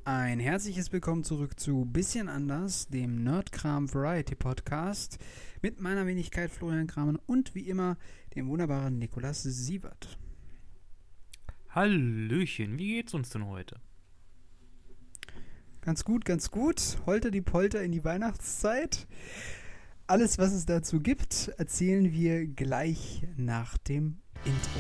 Ein herzliches Willkommen zurück zu Bisschen anders, dem Nerdkram Variety Podcast mit meiner Wenigkeit Florian Kramer und wie immer dem wunderbaren Nikolaus Sievert. Hallöchen, wie geht's uns denn heute? Ganz gut, ganz gut. Holter die Polter in die Weihnachtszeit. Alles, was es dazu gibt, erzählen wir gleich nach dem Intro.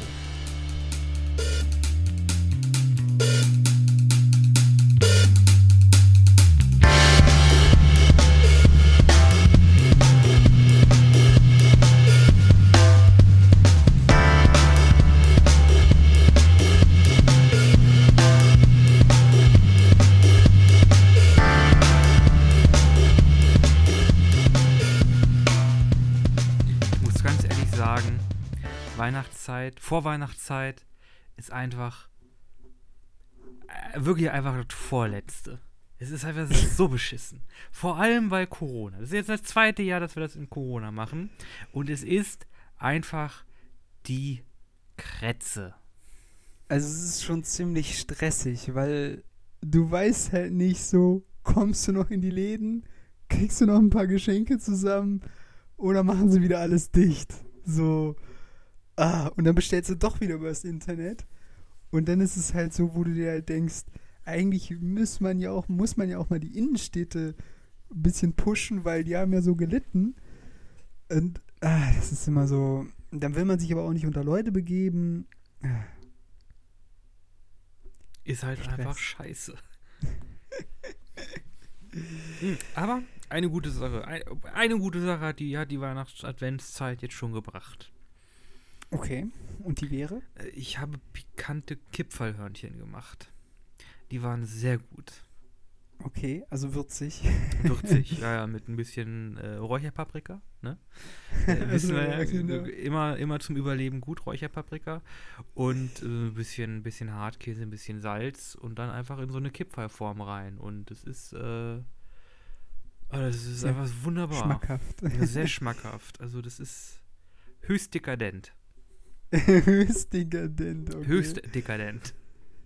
Vorweihnachtszeit ist einfach wirklich einfach das Vorletzte. Es ist einfach so beschissen. Vor allem bei Corona. Das ist jetzt das zweite Jahr, dass wir das in Corona machen. Und es ist einfach die Krätze. Also es ist schon ziemlich stressig, weil du weißt halt nicht so, kommst du noch in die Läden, kriegst du noch ein paar Geschenke zusammen oder machen sie wieder alles dicht. So, und dann bestellst du doch wieder über das Internet und dann ist es halt so, wo du dir halt denkst, eigentlich muss man ja auch mal die Innenstädte ein bisschen pushen, weil die haben ja so gelitten. Und das ist immer so, dann will man sich aber auch nicht unter Leute begeben. Ist halt einfach scheiße. Aber eine gute Sache. Eine gute Sache hat die Weihnachts-Adventszeit jetzt schon gebracht. Okay, und die wäre? Ich habe pikante Kipferlhörnchen gemacht. Die waren sehr gut. Okay, also würzig. Würzig, ja, mit ein bisschen Räucherpaprika, ne? Wissen wir ja, immer zum Überleben gut, Räucherpaprika. Und ein bisschen Hartkäse, ein bisschen Salz und dann einfach in so eine Kipferlform rein. Und das ist einfach wunderbar. Schmackhaft. Ja, sehr schmackhaft. Also das ist höchst dekadent. Höchst dekadent, okay. Höchst dekadent.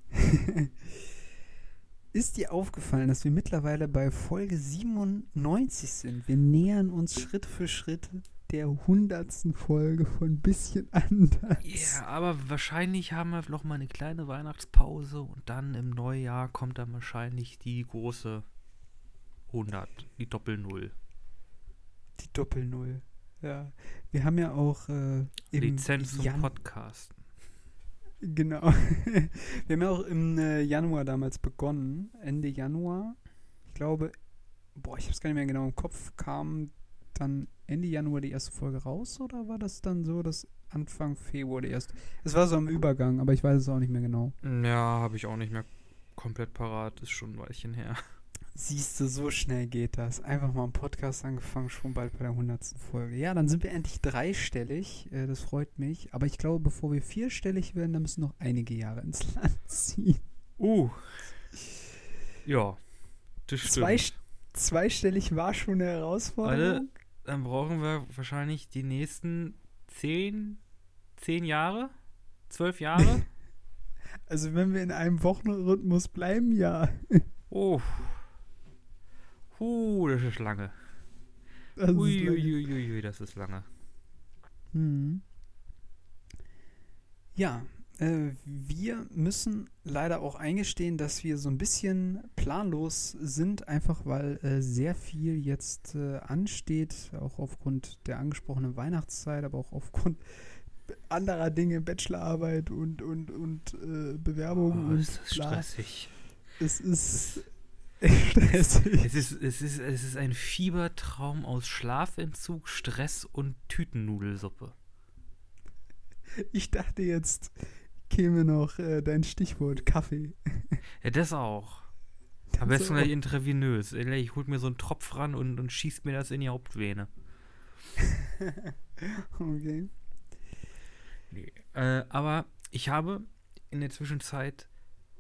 Ist dir aufgefallen, dass wir mittlerweile bei Folge 97 sind? Wir nähern uns Schritt für Schritt der 100. Folge von Bisschen anders. Ja, aber wahrscheinlich haben wir noch mal eine kleine Weihnachtspause und dann im Neujahr kommt dann wahrscheinlich die große 100, die Doppel-Null. Die Doppel-Null, ja. Wir haben ja auch Lizenz zum Podcasten. Genau. Wir haben ja auch im Januar damals begonnen. Ende Januar. Ich glaube, ich habe es gar nicht mehr genau im Kopf. Kam dann Ende Januar die erste Folge raus oder war das dann so, dass Anfang Februar die erste? Es war so am Übergang, aber ich weiß es auch nicht mehr genau. Ja, habe ich auch nicht mehr komplett parat. Ist schon ein Weilchen her. Siehst du, so schnell geht das. Einfach mal einen Podcast angefangen, schon bald bei der 100. Folge. Ja, dann sind wir endlich dreistellig. Das freut mich. Aber ich glaube, bevor wir vierstellig werden, dann müssen noch einige Jahre ins Land ziehen. Ja, das stimmt. Zweistellig war schon eine Herausforderung. Warte, dann brauchen wir wahrscheinlich die nächsten 10 Jahre? 12 Jahre? Also wenn wir in einem Wochenrhythmus bleiben, ja. Das ist lange. Das ist lange. Ja, wir müssen leider auch eingestehen, dass wir so ein bisschen planlos sind, einfach weil sehr viel jetzt ansteht, auch aufgrund der angesprochenen Weihnachtszeit, aber auch aufgrund anderer Dinge, Bachelorarbeit und Bewerbungen. Ist das stressig. Es ist stressig. Es ist ein Fiebertraum aus Schlafentzug, Stress und Tütennudelsuppe. Ich dachte jetzt käme noch dein Stichwort Kaffee. Ja, das auch. Am besten gleich intravenös. Ich hol mir so einen Tropf ran und schieß mir das in die Hauptvene. Okay. Nee. Aber ich habe in der Zwischenzeit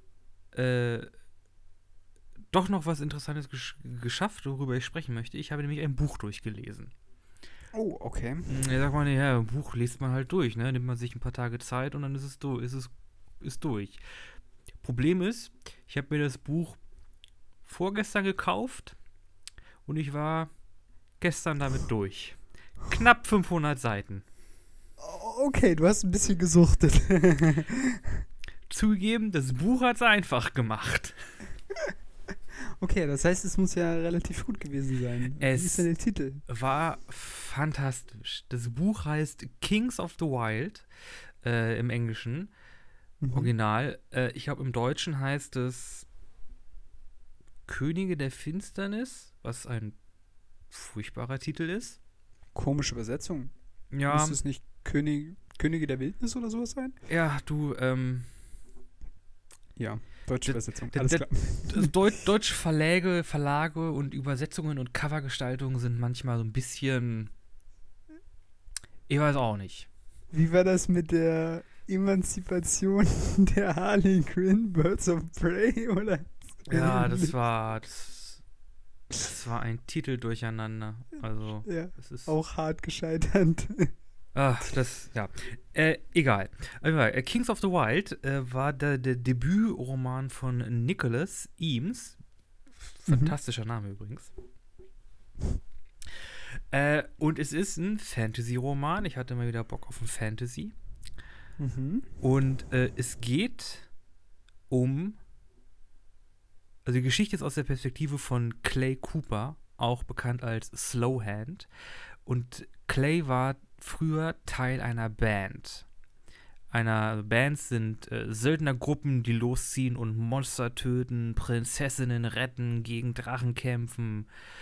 doch noch was Interessantes geschafft, worüber ich sprechen möchte. Ich habe nämlich ein Buch durchgelesen. Oh, okay. Ja, sagt man, ja, ein Buch liest man halt durch, ne? Nimmt man sich ein paar Tage Zeit und dann ist es durch. Problem ist, ich habe mir das Buch vorgestern gekauft und ich war gestern damit durch. Knapp 500 Seiten. Okay, du hast ein bisschen gesuchtet. Zugegeben, das Buch hat es einfach gemacht. Okay, das heißt, es muss ja relativ gut gewesen sein. Wie ist denn der Titel? War fantastisch. Das Buch heißt Kings of the Wild im Englischen, Original. Ich glaube, im Deutschen heißt es Könige der Finsternis, was ein furchtbarer Titel ist. Komische Übersetzung. Ja. Müsste es nicht Könige der Wildnis oder sowas sein? Ja, du, ja, deutsche Übersetzung. Alles klar. Deutsche Verlage und Übersetzungen und Covergestaltungen sind manchmal so ein bisschen. Ich weiß auch nicht. Wie war das mit der Emanzipation der Harley Quinn, Birds of Prey, oder? Ja, das war ein Titel durcheinander. Also, ja, das ist auch hart gescheitert. Egal. Also, Kings of the Wild war der Debütroman von Nicholas Eames. Fantastischer Name übrigens. Und es ist ein Fantasy-Roman. Ich hatte mal wieder Bock auf ein Fantasy. Und es geht um. Also die Geschichte ist aus der Perspektive von Clay Cooper, auch bekannt als Slowhand. Und Clay war früher Teil einer Band. Bands sind Söldnergruppen, die losziehen und Monster töten, Prinzessinnen retten, gegen Drachen kämpfen,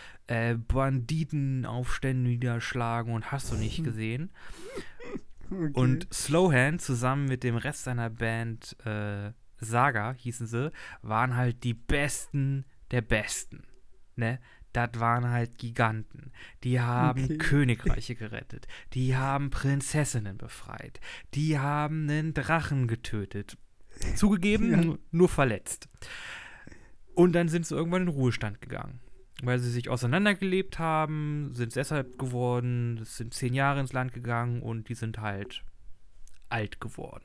Banditenaufstände niederschlagen und hast du nicht gesehen. Okay. Und Slowhand zusammen mit dem Rest seiner Band Saga, hießen sie, waren halt die Besten der Besten. Ne? Das waren halt Giganten. Die haben Königreiche gerettet. Die haben Prinzessinnen befreit. Die haben einen Drachen getötet. Zugegeben, nur verletzt. Und dann sind sie irgendwann in den Ruhestand gegangen. Weil sie sich auseinandergelebt haben, sind deshalb geworden, sind 10 Jahre ins Land gegangen und die sind halt alt geworden.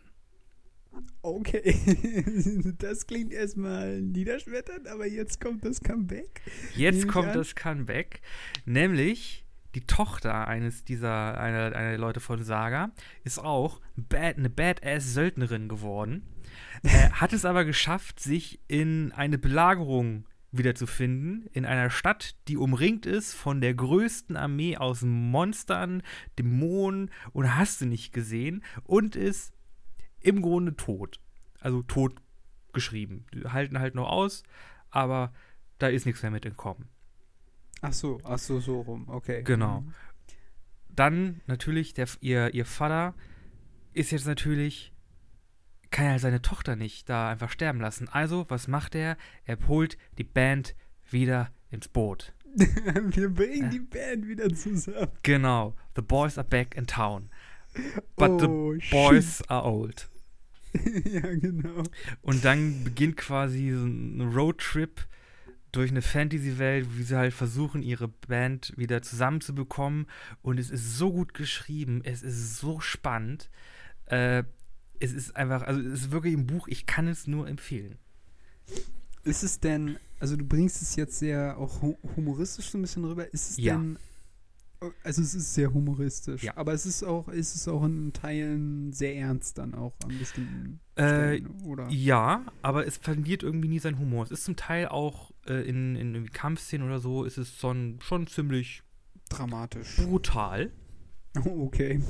Okay, das klingt erstmal niederschmetternd, aber jetzt kommt das Comeback. Jetzt kommt das Comeback, nämlich die Tochter einer der Leute von Saga ist auch eine Badass-Söldnerin geworden, hat es aber geschafft, sich in eine Belagerung wiederzufinden, in einer Stadt, die umringt ist von der größten Armee aus Monstern, Dämonen und hast du nicht gesehen und ist im Grunde tot. Also tot geschrieben. Die halten halt noch aus, aber da ist nichts mehr mit entkommen. Ach so, so rum, okay. Genau. Dann natürlich, ihr Vater ist jetzt natürlich, kann ja seine Tochter nicht da einfach sterben lassen. Also, was macht er? Er holt die Band wieder ins Boot. Wir bringen die Band wieder zusammen. Genau. The boys are back in town. But the boys are old. Ja, genau. Und dann beginnt quasi so ein Roadtrip durch eine Fantasy-Welt, wie sie halt versuchen, ihre Band wieder zusammenzubekommen. Und es ist so gut geschrieben, es ist so spannend. Es ist einfach, also es ist wirklich ein Buch, ich kann es nur empfehlen. Ist es denn, also du bringst es jetzt sehr auch humoristisch so ein bisschen rüber, ist es denn, also es ist sehr humoristisch, aber ist es auch in Teilen sehr ernst dann auch an bestimmten Stellen, oder? Ja, aber es verliert irgendwie nie seinen Humor. Es ist zum Teil auch in Kampfszenen oder so, ist es schon ziemlich dramatisch. Brutal. Okay.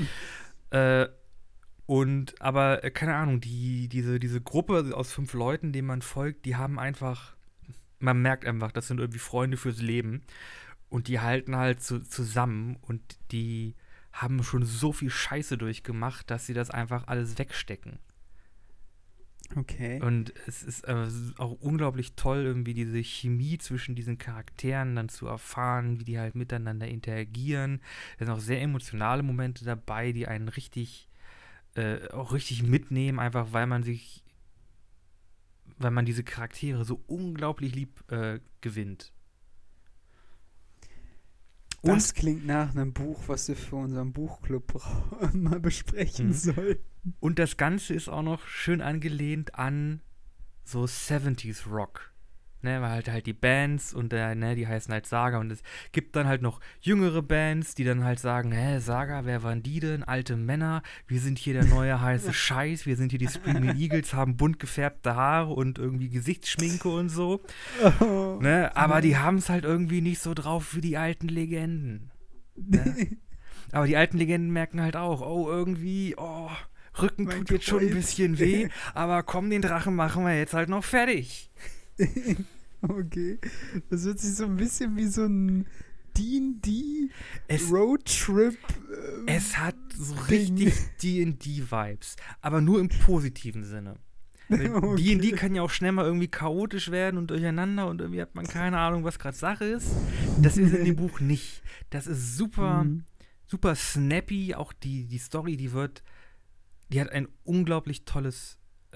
Aber keine Ahnung, diese Gruppe aus 5 Leuten, denen man folgt, die haben einfach, man merkt einfach, das sind irgendwie Freunde fürs Leben. Und die halten halt zusammen und die haben schon so viel Scheiße durchgemacht, dass sie das einfach alles wegstecken. Okay. Und es ist auch unglaublich toll, irgendwie diese Chemie zwischen diesen Charakteren dann zu erfahren, wie die halt miteinander interagieren. Da sind auch sehr emotionale Momente dabei, die einen auch richtig mitnehmen, einfach weil man diese Charaktere so unglaublich lieb gewinnt. Das klingt nach einem Buch, was wir für unseren Buchclub mal besprechen sollen. Und das Ganze ist auch noch schön angelehnt an so 70s Rock. Ne, weil halt die Bands und ne, die heißen halt Saga und es gibt dann halt noch jüngere Bands, die dann halt sagen, Saga, wer waren die denn? Alte Männer, wir sind hier der neue heiße Scheiß, wir sind hier die Screaming Eagles, haben bunt gefärbte Haare und irgendwie Gesichtsschminke und so. Oh, Ne, aber nein. die haben es halt irgendwie nicht so drauf wie die alten Legenden. Ne? Aber die alten Legenden merken halt auch, oh, irgendwie, Rücken Mein tut jetzt schon ein Kreuz. bisschen weh, aber komm, den Drachen machen wir jetzt halt noch fertig. Okay. Das hört sich so ein bisschen wie so ein D&D Es, Roadtrip es hat so Ding. richtig D&D-Vibes, aber nur im positiven Sinne. Weil Okay. D&D kann ja auch schnell mal irgendwie chaotisch werden und durcheinander und irgendwie hat man keine Ahnung, was gerade Sache ist. Das ist in dem Buch nicht. Das ist super, Mhm. super snappy. Auch die Story, die hat ein unglaublich tolles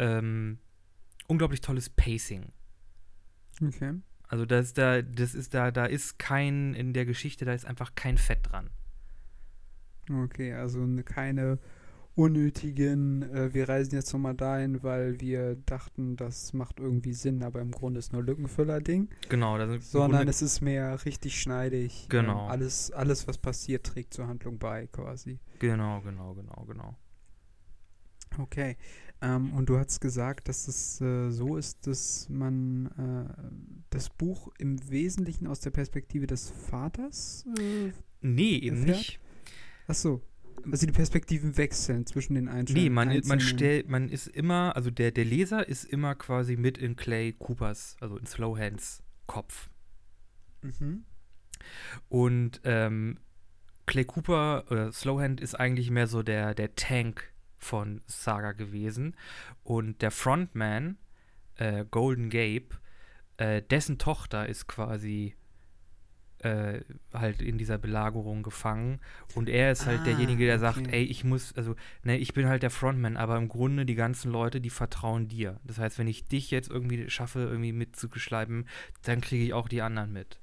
Pacing. Okay. Also da ist kein, in der Geschichte, da ist einfach kein Fett dran. Okay, also keine unnötigen, wir reisen jetzt nochmal dahin, weil wir dachten, das macht irgendwie Sinn, aber im Grunde ist nur Lückenfüller-Ding, Genau, da sind im sondern Grunde, es ist mehr richtig schneidig. genau, Alles, was passiert, trägt zur Handlung bei, quasi. genau. Okay. Und du hast gesagt, dass es so ist, dass man das Buch im Wesentlichen aus der Perspektive des Vaters Nee, eben erfährt? nicht. Ach so. Also die Perspektiven wechseln zwischen den Nee, einzelnen. man ist immer, also der Leser ist immer quasi mit in Clay Coopers, also in Slowhands Kopf. Mhm. Und Clay Cooper oder Slowhand ist eigentlich mehr so der Tank von Saga gewesen. Und der Frontman, Golden Gabe, dessen Tochter ist quasi halt in dieser Belagerung gefangen. Und er ist halt derjenige, der sagt, Okay. ey, ich bin halt der Frontman, aber im Grunde die ganzen Leute, die vertrauen dir. Das heißt, wenn ich dich jetzt irgendwie schaffe, irgendwie mitzuschleifen, dann kriege ich auch die anderen mit.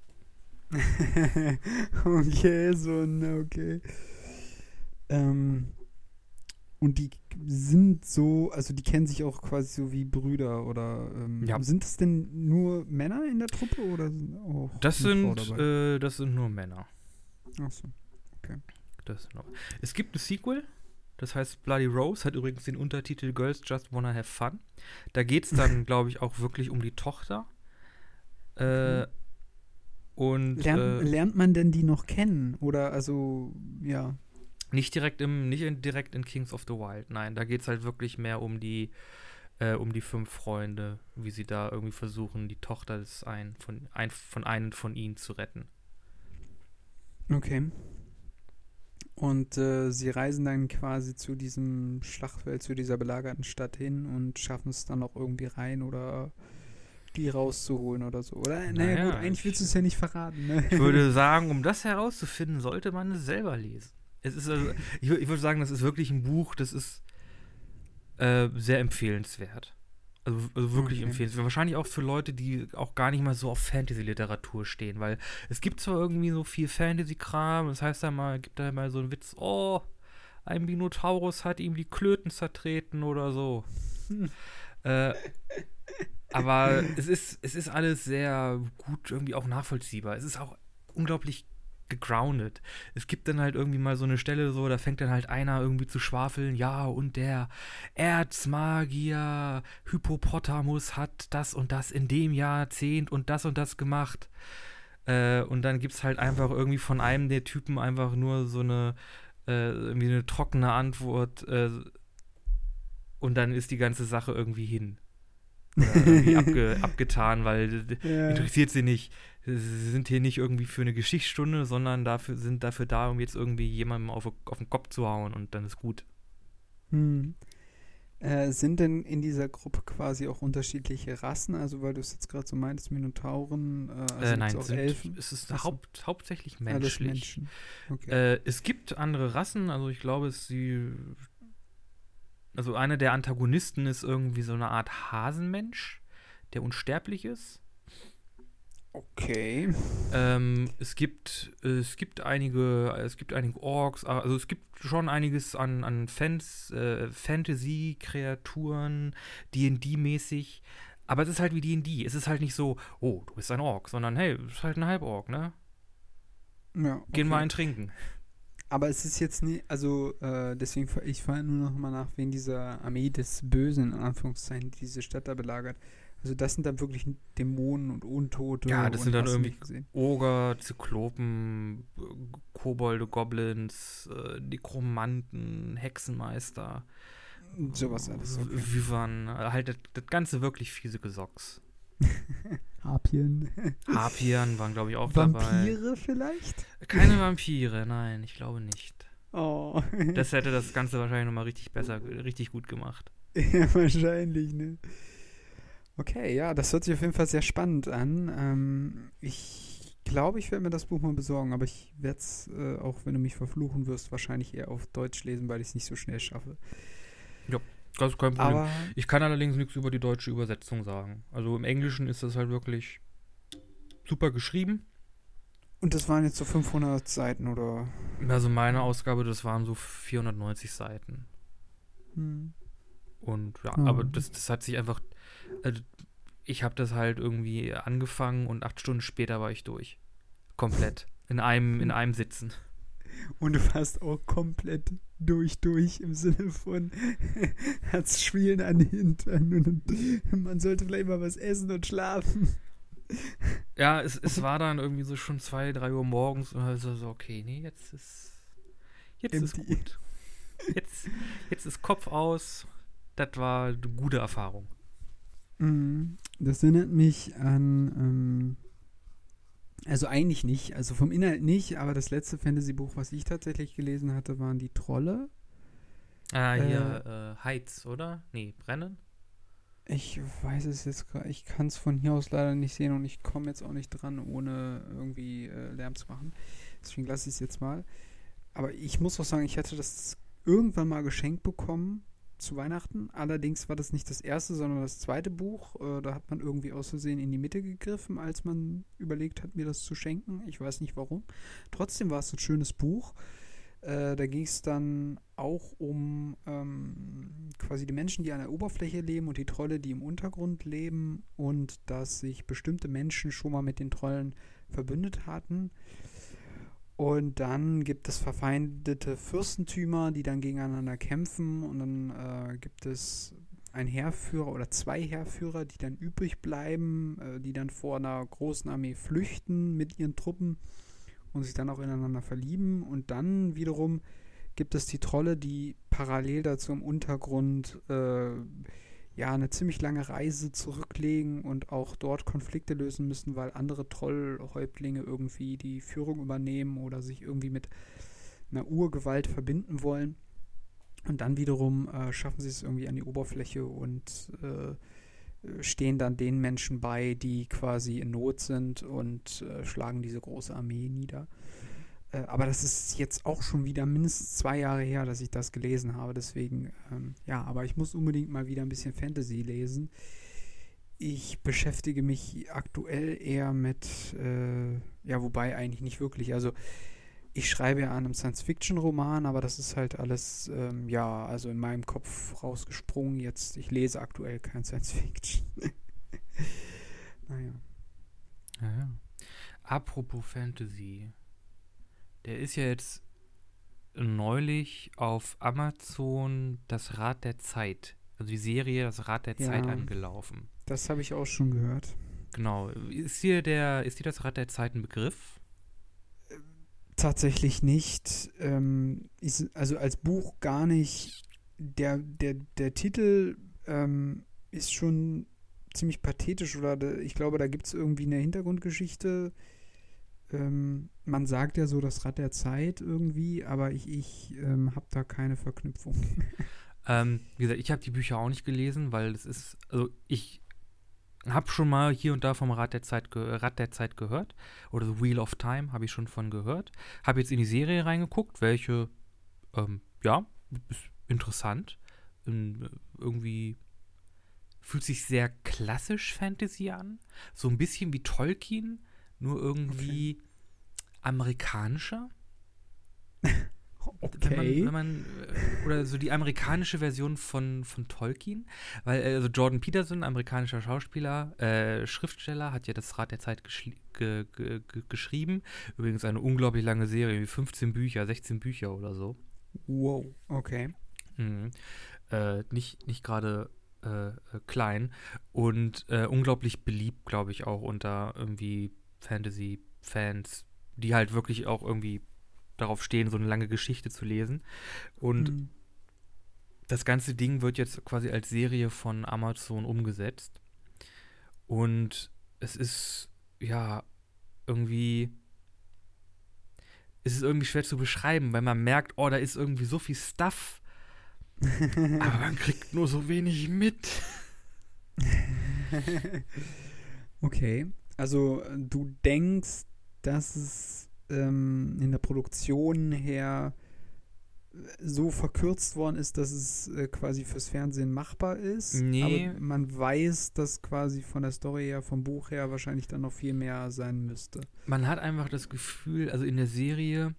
Okay. Ähm, und die sind so, also die kennen sich auch quasi so wie Brüder oder Ja, sind es denn nur Männer in der Truppe oder sind auch eine Frau dabei? das sind nur Männer. Ach so, okay. Es gibt ein Sequel, das heißt Bloody Rose, hat übrigens den Untertitel Girls Just Wanna Have Fun. Da geht es dann, glaube ich, auch wirklich um die Tochter. Okay. Äh, und Lernt man denn die noch kennen? Oder also, ja. nicht direkt in Kings of the Wild, nein, da geht es halt wirklich mehr um die 5 Freunde, wie sie da irgendwie versuchen, die Tochter von einem von ihnen zu retten. Okay. Und sie reisen dann quasi zu diesem Schlachtfeld, zu dieser belagerten Stadt hin und schaffen es dann auch irgendwie rein oder die rauszuholen oder so. Oder, naja, gut, Naja, eigentlich willst du es ja nicht verraten, ne? ich würde sagen, um das herauszufinden, sollte man es selber lesen. Es ist also, ich würde sagen, das ist wirklich ein Buch, das ist sehr empfehlenswert. Also wirklich Okay. empfehlenswert. Wahrscheinlich auch für Leute, die auch gar nicht mal so auf Fantasy-Literatur stehen, weil es gibt zwar irgendwie so viel Fantasy-Kram, das heißt gibt da mal so einen Witz, oh, ein Minotaurus hat ihm die Klöten zertreten oder so. Äh, aber es ist alles sehr gut irgendwie auch nachvollziehbar. Es ist auch unglaublich gegroundet. Es gibt dann halt irgendwie mal so eine Stelle so, da fängt dann halt einer irgendwie zu schwafeln, ja, und der Erzmagier Hippopotamus hat das und das in dem Jahrzehnt und das gemacht. Und dann gibt es halt einfach irgendwie von einem der Typen einfach nur so irgendwie eine trockene Antwort und dann ist die ganze Sache irgendwie hin. Oder irgendwie abgetan, weil Ja. interessiert sie nicht. Sie sind hier nicht irgendwie für eine Geschichtsstunde, sondern sind dafür da, um jetzt irgendwie jemandem auf den Kopf zu hauen und dann ist gut. Hm. Sind denn in dieser Gruppe quasi auch unterschiedliche Rassen? Also, weil du es jetzt gerade so meintest, Minotauren, also gibt es Nein, auch Elfen? es ist Achso, hauptsächlich alles menschlich. Menschen. Okay. Es gibt andere Rassen, also ich glaube, also einer der Antagonisten ist irgendwie so eine Art Hasenmensch, der unsterblich ist. Okay. Es gibt einige Orks, also es gibt schon einiges an Fantasy-Kreaturen, D&D-mäßig, Aber es ist halt wie D&D. Es ist halt nicht so, oh, du bist ein Ork, sondern hey, du bist halt ein Halborg, ne? Ja, okay. Gehen wir einen trinken. Aber es ist jetzt nicht, also deswegen, ich frage nur noch mal nach, wen dieser Armee des Bösen, in Anführungszeichen, die diese Stadt da belagert. Also das sind dann wirklich Dämonen und Untote. Ja, das sind dann hast du irgendwie nicht gesehen. Oger, Zyklopen, Kobolde, Goblins, Nekromanten, Hexenmeister, Sowas alles, okay. Wyvern, halt das ganze wirklich fiese Gesocks. Harpien. Harpien waren, glaube ich, auch dabei. Vampire vielleicht? Keine Vampire, nein, ich glaube nicht. Oh. Das hätte das Ganze wahrscheinlich nochmal richtig gut gemacht. Ja, wahrscheinlich, ne? Okay, ja, das hört sich auf jeden Fall sehr spannend an. Ich glaube, ich werde mir das Buch mal besorgen, aber ich werde es, auch wenn du mich verfluchen wirst, wahrscheinlich eher auf Deutsch lesen, weil ich es nicht so schnell schaffe. Ja, das ist kein Problem. Aber Ich kann allerdings nichts über die deutsche Übersetzung sagen. Also im Englischen ist das halt wirklich super geschrieben. und das waren jetzt so 500 Seiten, oder? Also meine Ausgabe, das waren so 490 Seiten. Hm. Und ja, Oh. aber das hat sich einfach. Also ich habe das halt irgendwie angefangen und 8 Stunden später war ich durch. Komplett. In einem Sitzen. Und du warst auch komplett durch im Sinne von hat's Schwielen an den Hintern und man sollte vielleicht mal was essen und schlafen. Ja, es war dann irgendwie so schon 2, 3 Uhr morgens und also so, okay, nee, jetzt ist Empty. gut. Jetzt ist Kopf aus. Das war eine gute Erfahrung. Das erinnert mich an, also eigentlich nicht, also vom Inhalt nicht, aber das letzte Fantasy-Buch, was ich tatsächlich gelesen hatte, waren die Trolle. Hier, Heiz, oder? Nee, Brennen? Ich weiß es jetzt gerade, ich kann es von hier aus leider nicht sehen und ich komme jetzt auch nicht dran, ohne irgendwie Lärm zu machen. Deswegen lasse ich es jetzt mal. Aber ich muss auch sagen, ich hatte das irgendwann mal geschenkt bekommen zu Weihnachten. Allerdings war das nicht das erste, sondern das zweite Buch. Da hat man irgendwie aus Versehen in die Mitte gegriffen, als man überlegt hat, mir das zu schenken. Ich weiß nicht warum. Trotzdem war es ein schönes Buch. Da ging es dann auch um quasi die Menschen, die an der Oberfläche leben und die Trolle, die im Untergrund leben und dass sich bestimmte Menschen schon mal mit den Trollen verbündet hatten. Und dann gibt es verfeindete Fürstentümer, die dann gegeneinander kämpfen und dann gibt es einen Heerführer oder 2 Heerführer, die dann übrig bleiben, die dann vor einer großen Armee flüchten mit ihren Truppen und sich dann auch ineinander verlieben. Und dann wiederum gibt es die Trolle, die parallel dazu im Untergrund eine ziemlich lange Reise zurücklegen und auch dort Konflikte lösen müssen, weil andere Trollhäuptlinge irgendwie die Führung übernehmen oder sich irgendwie mit einer Urgewalt verbinden wollen. Und dann wiederum schaffen sie es irgendwie an die Oberfläche und stehen dann den Menschen bei, die quasi in Not sind und schlagen diese große Armee nieder. Aber das ist jetzt auch schon wieder mindestens 2 Jahre her, dass ich das gelesen habe. Deswegen, aber ich muss unbedingt mal wieder ein bisschen Fantasy lesen. Ich beschäftige mich aktuell eher mit, wobei eigentlich nicht wirklich. Also ich schreibe ja an einem Science-Fiction-Roman, aber das ist halt alles, also in meinem Kopf rausgesprungen. Jetzt, ich lese aktuell kein Science-Fiction. Naja. Ja. Apropos Fantasy. Der ist ja jetzt neulich auf Amazon das Rad der Zeit, also die Serie Das Rad der Zeit angelaufen. Das habe ich auch schon gehört. Genau. Ist dir das Rad der Zeit ein Begriff? Tatsächlich nicht. Also als Buch gar nicht. Der Titel ist schon ziemlich pathetisch, oder ich glaube, da gibt es irgendwie eine Hintergrundgeschichte. Man sagt ja so das Rad der Zeit irgendwie, aber ich habe da keine Verknüpfung. Wie gesagt, ich habe die Bücher auch nicht gelesen, weil es ist, also ich habe schon mal hier und da vom Rad der Zeit gehört, oder The Wheel of Time habe ich schon von gehört. Habe jetzt in die Serie reingeguckt, welche, ist interessant. Irgendwie fühlt sich sehr klassisch Fantasy an, so ein bisschen wie Tolkien, nur irgendwie amerikanischer. Okay. Oder so die amerikanische Version von Tolkien, weil also Jordan Peterson, amerikanischer Schauspieler, Schriftsteller, hat ja das Rad der Zeit geschrieben. Übrigens eine unglaublich lange Serie, wie 15 Bücher, 16 Bücher oder so. Wow, okay. Mhm. Nicht gerade klein und unglaublich beliebt, glaube ich, auch unter irgendwie Fantasy-Fans, die halt wirklich auch irgendwie darauf stehen, so eine lange Geschichte zu lesen. Und das ganze Ding wird jetzt quasi als Serie von Amazon umgesetzt. Und es ist, ja, irgendwie, es ist irgendwie schwer zu beschreiben, weil man merkt, oh, da ist irgendwie so viel Stuff, aber man kriegt nur so wenig mit. Okay. Also du denkst, dass es in der Produktion her so verkürzt worden ist, dass es quasi fürs Fernsehen machbar ist. Nee. Aber man weiß, dass quasi von der Story her, vom Buch her wahrscheinlich dann noch viel mehr sein müsste. Man hat einfach das Gefühl, also in der Serie,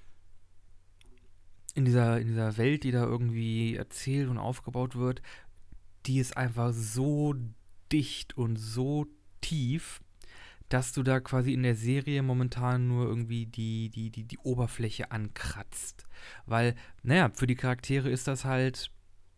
in dieser Welt, die da irgendwie erzählt und aufgebaut wird, die ist einfach so dicht und so tief, dass du da quasi in der Serie momentan nur irgendwie die Oberfläche ankratzt. Weil, naja, für die Charaktere ist das halt,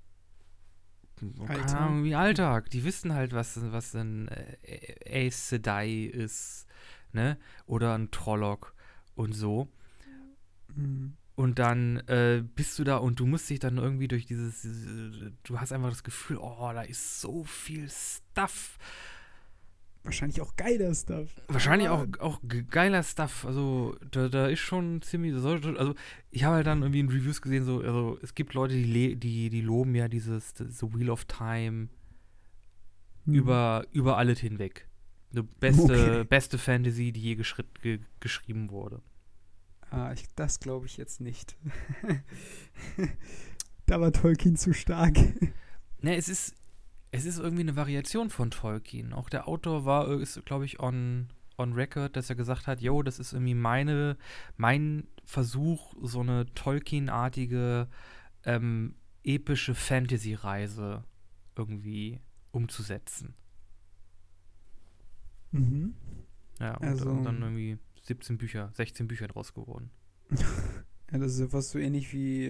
keine Ahnung, wie Alltag. Die wissen halt, was ein Aes Sedai ist, ne? Oder ein Trolloc und so. Mhm. Und dann bist du da und du musst dich dann irgendwie durch du hast einfach das Gefühl, oh, da ist so viel Stuff. Wahrscheinlich auch geiler Stuff. Wahrscheinlich auch geiler Stuff. Also, da ist schon ziemlich. Also, ich habe halt dann irgendwie in Reviews gesehen, so, also es gibt Leute, die loben ja das Wheel of Time über alles hinweg. Die beste Fantasy, die je geschrieben wurde. Das glaube ich jetzt nicht. Da war Tolkien zu stark. Ne, es ist irgendwie eine Variation von Tolkien. Auch der Autor ist, glaube ich, on record, dass er gesagt hat, yo, das ist irgendwie mein Versuch, so eine Tolkien-artige epische Fantasy-Reise irgendwie umzusetzen. Mhm. Ja, und dann irgendwie 16 Bücher draus geworden. Ja, das ist ja fast so ähnlich wie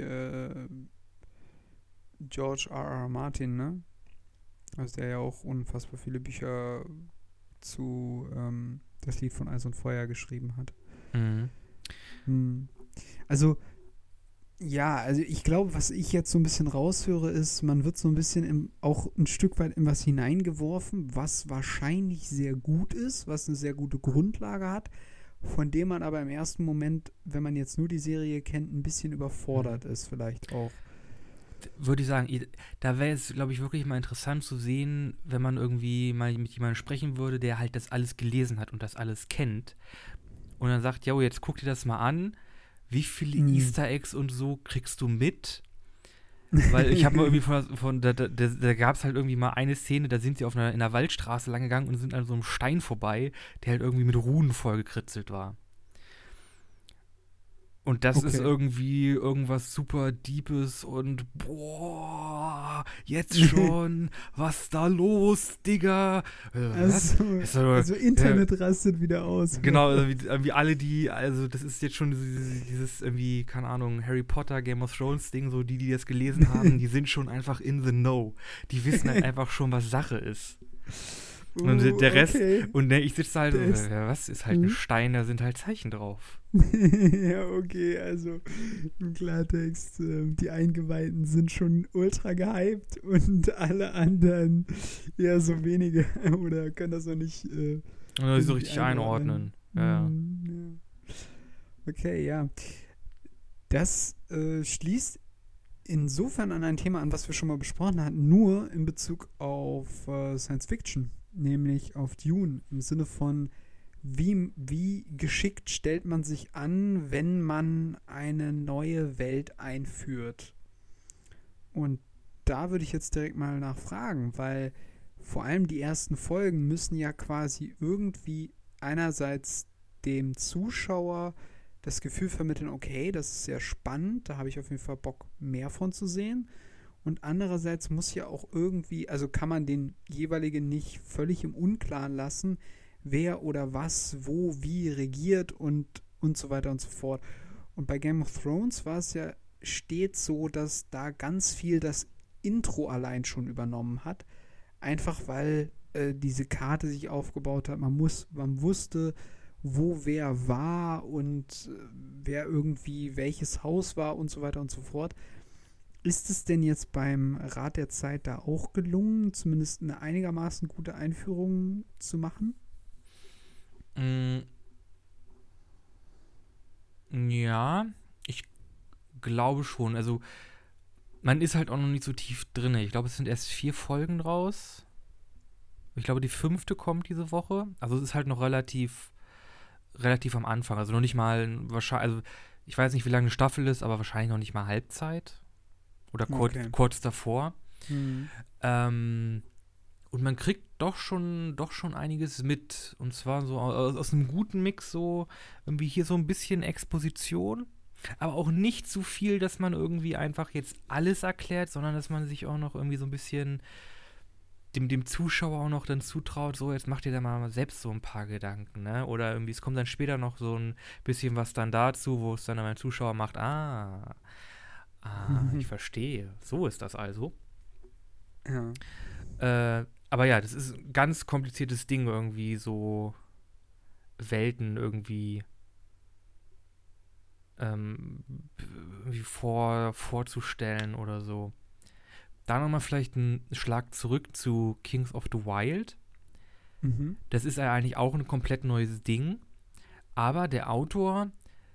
George R.R. Martin, ne? Also der ja auch unfassbar viele Bücher zu das Lied von Eis und Feuer geschrieben hat. Mhm. Also, ja, also ich glaube, was ich jetzt so ein bisschen raushöre, ist, man wird so ein bisschen auch ein Stück weit in was hineingeworfen, was wahrscheinlich sehr gut ist, was eine sehr gute Grundlage hat, von dem man aber im ersten Moment, wenn man jetzt nur die Serie kennt, ein bisschen überfordert ist vielleicht auch. Würde ich sagen, da wäre es, glaube ich, wirklich mal interessant zu sehen, wenn man irgendwie mal mit jemandem sprechen würde, der halt das alles gelesen hat und das alles kennt. Und dann sagt, jo, jetzt guck dir das mal an. Wie viele Easter Eggs und so kriegst du mit? Weil ich habe mal irgendwie da gab es halt irgendwie mal eine Szene, da sind sie in einer Waldstraße lang gegangen und sind an so einem Stein vorbei, der halt irgendwie mit Runen vollgekritzelt war. Und das ist irgendwie irgendwas super Deepes und boah, jetzt schon, was da los, Digga? Also Internet rastet wieder aus. Genau, also wie alle also das ist jetzt schon dieses irgendwie, keine Ahnung, Harry Potter, Game of Thrones Ding, so die das gelesen haben, die sind schon einfach in the know. Die wissen halt einfach schon, was Sache ist. Und der Rest, und ich sitze halt, was ist halt ein Stein, da sind halt Zeichen drauf. Ja, okay, also im Klartext, die Eingeweihten sind schon ultra gehypt und alle anderen eher so wenige oder können das noch nicht so richtig einordnen. Ja. Okay, ja. Das schließt insofern an ein Thema an, was wir schon mal besprochen hatten, nur in Bezug auf Science Fiction, nämlich auf Dune, im Sinne von wie geschickt stellt man sich an, wenn man eine neue Welt einführt? Und da würde ich jetzt direkt mal nachfragen, weil vor allem die ersten Folgen müssen ja quasi irgendwie einerseits dem Zuschauer das Gefühl vermitteln, okay, das ist sehr spannend, da habe ich auf jeden Fall Bock, mehr von zu sehen. Und andererseits muss ja auch irgendwie, also kann man den jeweiligen nicht völlig im Unklaren lassen, wer oder was, wo, wie regiert und so weiter und so fort. Und bei Game of Thrones war es ja stets so, dass da ganz viel das Intro allein schon übernommen hat. Einfach weil diese Karte sich aufgebaut hat. Man wusste, wo wer war und wer irgendwie welches Haus war und so weiter und so fort. Ist es denn jetzt beim Rat der Zeit da auch gelungen, zumindest eine einigermaßen gute Einführung zu machen? Ja, ich glaube schon. Also, man ist halt auch noch nicht so tief drin. Ich glaube, es sind erst 4 Folgen draus. Ich glaube, die 5. kommt diese Woche. Also, es ist halt noch relativ am Anfang. Also, noch nicht mal wahrscheinlich. Also, ich weiß nicht, wie lange eine Staffel ist, aber wahrscheinlich noch nicht mal Halbzeit. Oder kurz davor. Und man kriegt doch schon einiges mit. Und zwar so aus einem guten Mix, so irgendwie hier so ein bisschen Exposition, aber auch nicht so viel, dass man irgendwie einfach jetzt alles erklärt, sondern dass man sich auch noch irgendwie so ein bisschen dem Zuschauer auch noch dann zutraut, so jetzt macht ihr da mal selbst so ein paar Gedanken, ne? Oder irgendwie, es kommt dann später noch so ein bisschen was dann dazu, wo es dann mein Zuschauer macht, ich verstehe. So ist das also. Ja. Aber ja, das ist ein ganz kompliziertes Ding, irgendwie so Welten irgendwie vorzustellen oder so. Da nochmal vielleicht einen Schlag zurück zu Kings of the Wild. Das ist ja eigentlich auch ein komplett neues Ding, aber der Autor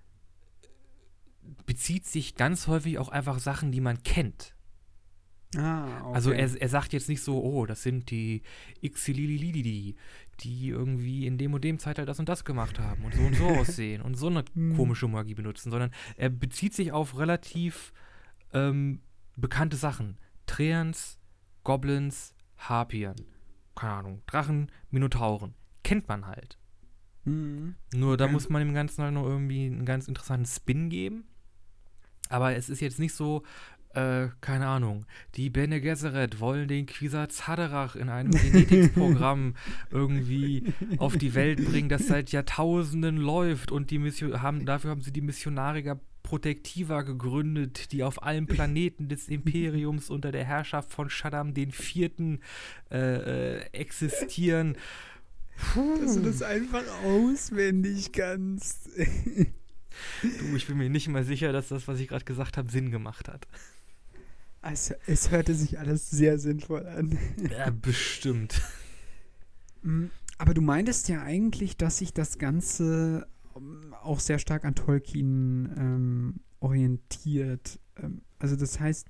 bezieht sich ganz häufig auch einfach Sachen, die man kennt. Okay. Also er sagt jetzt nicht so, oh, das sind die Xilililidi, die irgendwie in dem und dem Zeitalter das und das gemacht haben und so aussehen und so eine komische Magie benutzen, sondern er bezieht sich auf relativ bekannte Sachen. Treants, Goblins, Harpien, keine Ahnung, Drachen, Minotauren. Kennt man halt. Nur da muss man dem Ganzen halt noch irgendwie einen ganz interessanten Spin geben. Aber es ist jetzt nicht so, keine Ahnung, die Bene Gesserit wollen den Kwisatz Haderach in einem Genetikprogramm irgendwie auf die Welt bringen, das seit Jahrtausenden läuft und dafür haben sie die Missionaria Protectiva gegründet, die auf allen Planeten des Imperiums unter der Herrschaft von Shaddam IV. Existieren. Dass du das einfach auswendig kannst. Du, ich bin mir nicht mal sicher, dass das, was ich gerade gesagt habe, Sinn gemacht hat. Also, es hörte sich alles sehr sinnvoll an. Ja, bestimmt. Aber du meintest ja eigentlich, dass sich das Ganze auch sehr stark an Tolkien orientiert. Also das heißt,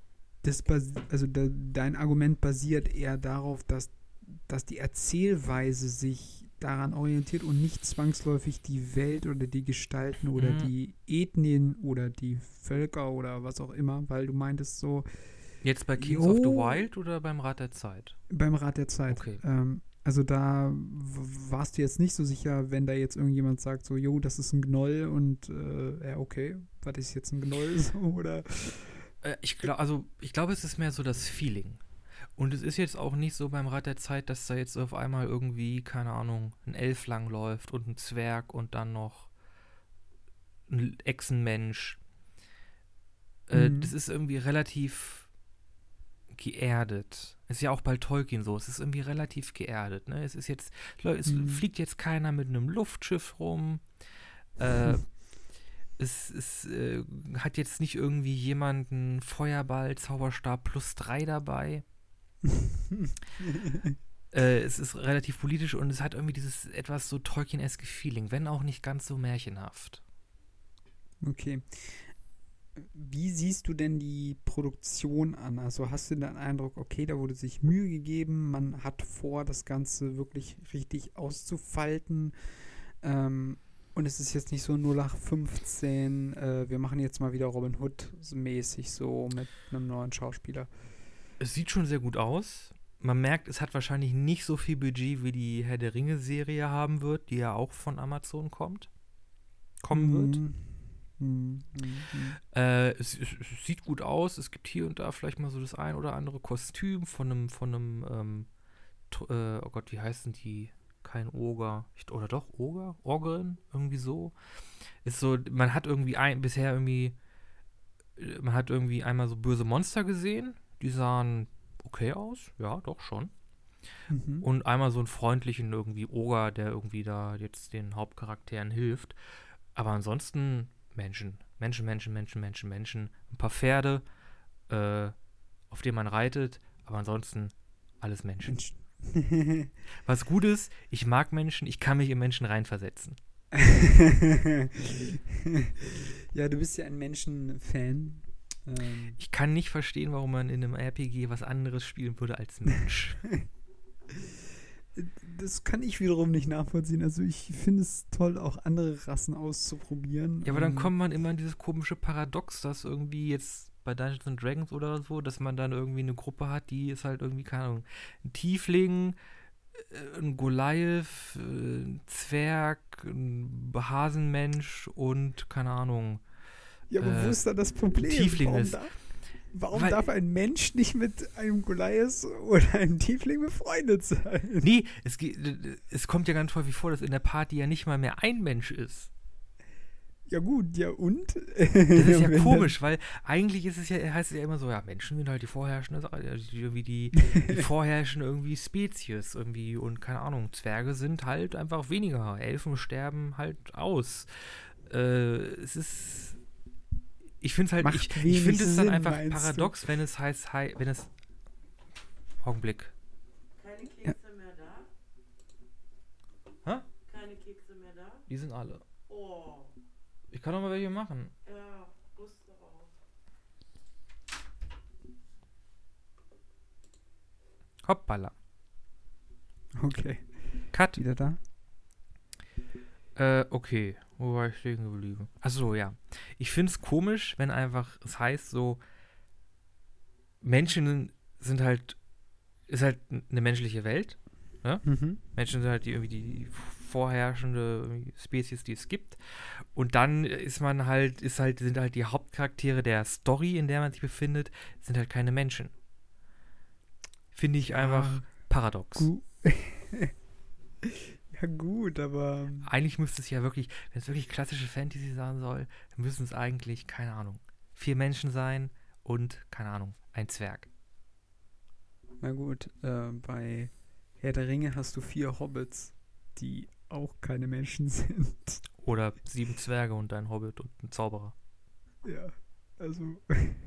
dein Argument basiert eher darauf, dass die Erzählweise sich daran orientiert und nicht zwangsläufig die Welt oder die Gestalten oder die Ethnien oder die Völker oder was auch immer, weil du meintest so. Jetzt bei Kings of the Wild oder beim Rat der Zeit? Beim Rat der Zeit. Okay. Also da warst du jetzt nicht so sicher, wenn da jetzt irgendjemand sagt, so, jo, das ist ein Gnoll und ja, okay, was ist jetzt ein Gnoll so, oder? Ich glaube, es ist mehr so das Feeling. Und es ist jetzt auch nicht so beim Rat der Zeit, dass da jetzt auf einmal irgendwie, keine Ahnung, ein Elf langläuft und ein Zwerg und dann noch ein Echsenmensch. Das ist irgendwie relativ geerdet. Ist ja auch bei Tolkien so. Es ist irgendwie relativ geerdet. Ne? Es fliegt jetzt keiner mit einem Luftschiff rum. Es hat jetzt nicht irgendwie jemand einen Feuerball, Zauberstab +3 dabei. Es ist relativ politisch und es hat irgendwie dieses etwas so Tolkien-eske Feeling, wenn auch nicht ganz so märchenhaft. Okay. Wie siehst du denn die Produktion an? Also hast du den Eindruck, okay, da wurde sich Mühe gegeben, man hat vor, das Ganze wirklich richtig auszufalten und es ist jetzt nicht so 0815, wir machen jetzt mal wieder Robin Hood mäßig so mit einem neuen Schauspieler. Es sieht schon sehr gut aus. Man merkt, es hat wahrscheinlich nicht so viel Budget, wie die Herr der Ringe-Serie haben wird, die ja auch von Amazon kommen wird. Es sieht gut aus. Es gibt hier und da vielleicht mal so das ein oder andere Kostüm von einem oh Gott, wie heißen die? Kein Oger. Oder doch, Oger? Orgerin? Irgendwie so. Ist so, man hat irgendwie man hat irgendwie einmal so böse Monster gesehen. Die sahen okay aus. Ja, doch schon. Mhm. Und einmal so einen freundlichen irgendwie Oger, der irgendwie da jetzt den Hauptcharakteren hilft. Aber ansonsten Menschen. Menschen, Menschen, Menschen, Menschen, Menschen. Ein paar Pferde, auf denen man reitet. Aber ansonsten alles Menschen. Was gut ist, ich mag Menschen, ich kann mich in Menschen reinversetzen. Ja, du bist ja ein Menschen-Fan. Ich kann nicht verstehen, warum man in einem RPG was anderes spielen würde als Mensch. Das kann ich wiederum nicht nachvollziehen. Also ich finde es toll, auch andere Rassen auszuprobieren. Ja, aber dann kommt man immer in dieses komische Paradox, dass irgendwie jetzt bei Dungeons and Dragons oder so, dass man dann irgendwie eine Gruppe hat, die ist halt irgendwie, keine Ahnung, ein Tiefling, ein Goliath, ein Zwerg, ein Hasenmensch und, keine Ahnung, Ja, aber wo ist da das Problem? Tiefling ist. Warum darf ein Mensch nicht mit einem Goliath oder einem Tiefling befreundet sein? Nee, es kommt ja ganz häufig vor, dass in der Party ja nicht mal mehr ein Mensch ist. Ja gut, ja und? Das ist ja komisch, weil eigentlich ist es ja, heißt es ja immer so, ja, Menschen sind halt die vorherrschende, die vorherrschende irgendwie Spezies irgendwie und keine Ahnung, Zwerge sind halt einfach weniger, Elfen sterben halt aus. Es ist ich finde es halt, ich finde es dann einfach paradox, wenn es heißt, wenn es Augenblick. Keine Kekse mehr da? Hä? Keine Kekse mehr da? Die sind alle. Oh. Ich kann doch mal welche machen. Ja, Lust darauf. Hoppala. Okay. Cut. Wieder da? Okay. Wo war ich stehen geblieben? Achso, ja. Ich finde es komisch, wenn einfach es heißt so, Menschen sind halt, ist halt eine menschliche Welt. Ne? Mhm. Menschen sind halt die vorherrschende Spezies, die es gibt. Und dann sind halt die Hauptcharaktere der Story, in der man sich befindet, sind halt keine Menschen. Finde ich einfach paradox. Ja gut, aber Eigentlich müsste es ja wirklich, wenn es wirklich klassische Fantasy sein soll, dann müssen es eigentlich, keine Ahnung, 4 Menschen sein und, keine Ahnung, ein Zwerg. na gut, bei Herr der Ringe hast du 4 Hobbits, die auch keine Menschen sind. Oder 7 Zwerge und ein Hobbit und ein Zauberer. Ja, also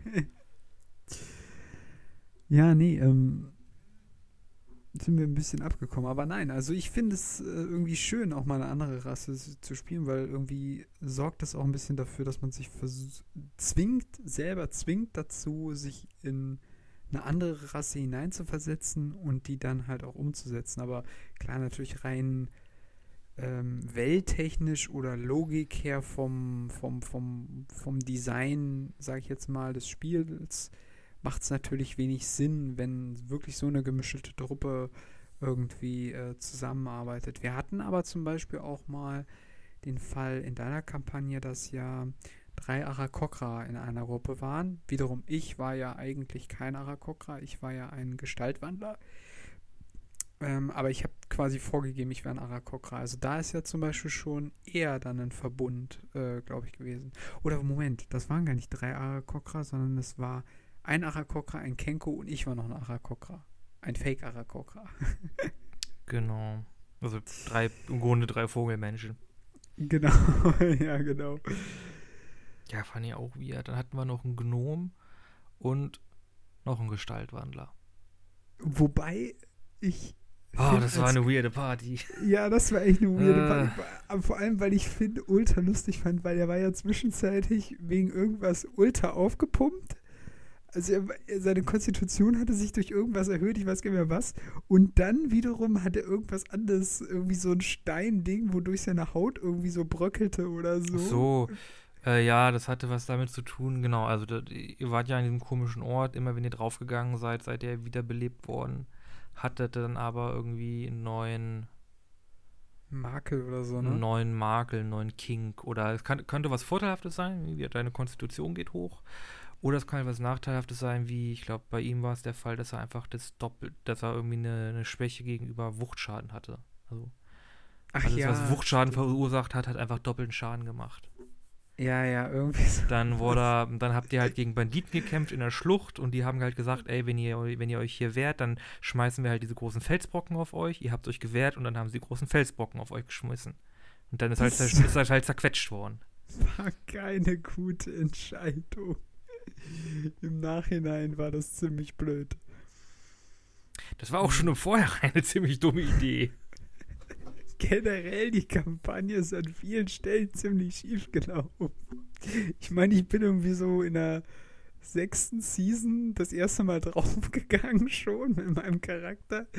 ja, nee, sind wir ein bisschen abgekommen. Aber nein, also ich finde es irgendwie schön, auch mal eine andere Rasse zu spielen, weil irgendwie sorgt das auch ein bisschen dafür, dass man sich zwingt dazu, sich in eine andere Rasse hineinzuversetzen und die dann halt auch umzusetzen. Aber klar, natürlich rein welttechnisch oder Logik her vom Design, sage ich jetzt mal, des Spiels, macht es natürlich wenig Sinn, wenn wirklich so eine gemischte Truppe irgendwie zusammenarbeitet. Wir hatten aber zum Beispiel auch mal den Fall in deiner Kampagne, dass ja 3 Aarakocra in einer Gruppe waren. Wiederum, ich war ja eigentlich kein Aarakocra, ich war ja ein Gestaltwandler. Aber ich habe quasi vorgegeben, ich wäre ein Aarakocra. Also da ist ja zum Beispiel schon eher dann ein Verbund, glaube ich, gewesen. Oder Moment, das waren gar nicht 3 Aarakocra, sondern es war ein Aarakocra, ein Kenko und ich war noch ein Aarakocra. Ein Fake-Aarakocra. Genau. Also im Grunde 3 Vogelmenschen. Genau, ja, genau. Ja, fand ich auch weird. Dann hatten wir noch einen Gnom und noch einen Gestaltwandler. Wobei ich das war eine weirde Party. Ja, das war echt eine weirde Party. Aber vor allem, weil ich Finn ultra lustig fand, weil er war ja zwischenzeitlich wegen irgendwas ultra aufgepumpt. Also seine Konstitution hatte sich durch irgendwas erhöht, ich weiß gar nicht mehr was. Und dann wiederum hat er irgendwas anderes, irgendwie so ein Steinding, wodurch seine Haut irgendwie so bröckelte oder so. So, ja, das hatte was damit zu tun, genau. Also ihr wart ja an diesem komischen Ort, immer wenn ihr draufgegangen seid ihr wiederbelebt worden. Hattet dann aber irgendwie einen neuen Makel oder so, einen ne? neuen Makel, einen neuen Kink. Oder es könnte was Vorteilhaftes sein, wie deine Konstitution geht hoch. Oder es kann was Nachteilhaftes sein, wie, ich glaube, bei ihm war es der Fall, dass er einfach dass er irgendwie eine Schwäche gegenüber Wuchtschaden hatte. Also Ach alles, was ja, Wuchtschaden stimmt. verursacht hat, hat einfach doppelten Schaden gemacht. Ja, ja, irgendwie so. Dann habt ihr halt gegen Banditen gekämpft in der Schlucht und die haben halt gesagt, ey, wenn ihr euch hier wehrt, dann schmeißen wir halt diese großen Felsbrocken auf euch. Ihr habt euch gewehrt und dann haben sie die großen Felsbrocken auf euch geschmissen. Und dann ist das halt zerquetscht worden. War keine gute Entscheidung. Im Nachhinein war das ziemlich blöd. Das war auch schon im Vorhinein eine ziemlich dumme Idee. Generell, die Kampagne ist an vielen Stellen ziemlich schief gelaufen. Ich meine, ich bin irgendwie so in der 6. Season das erste Mal draufgegangen schon mit meinem Charakter.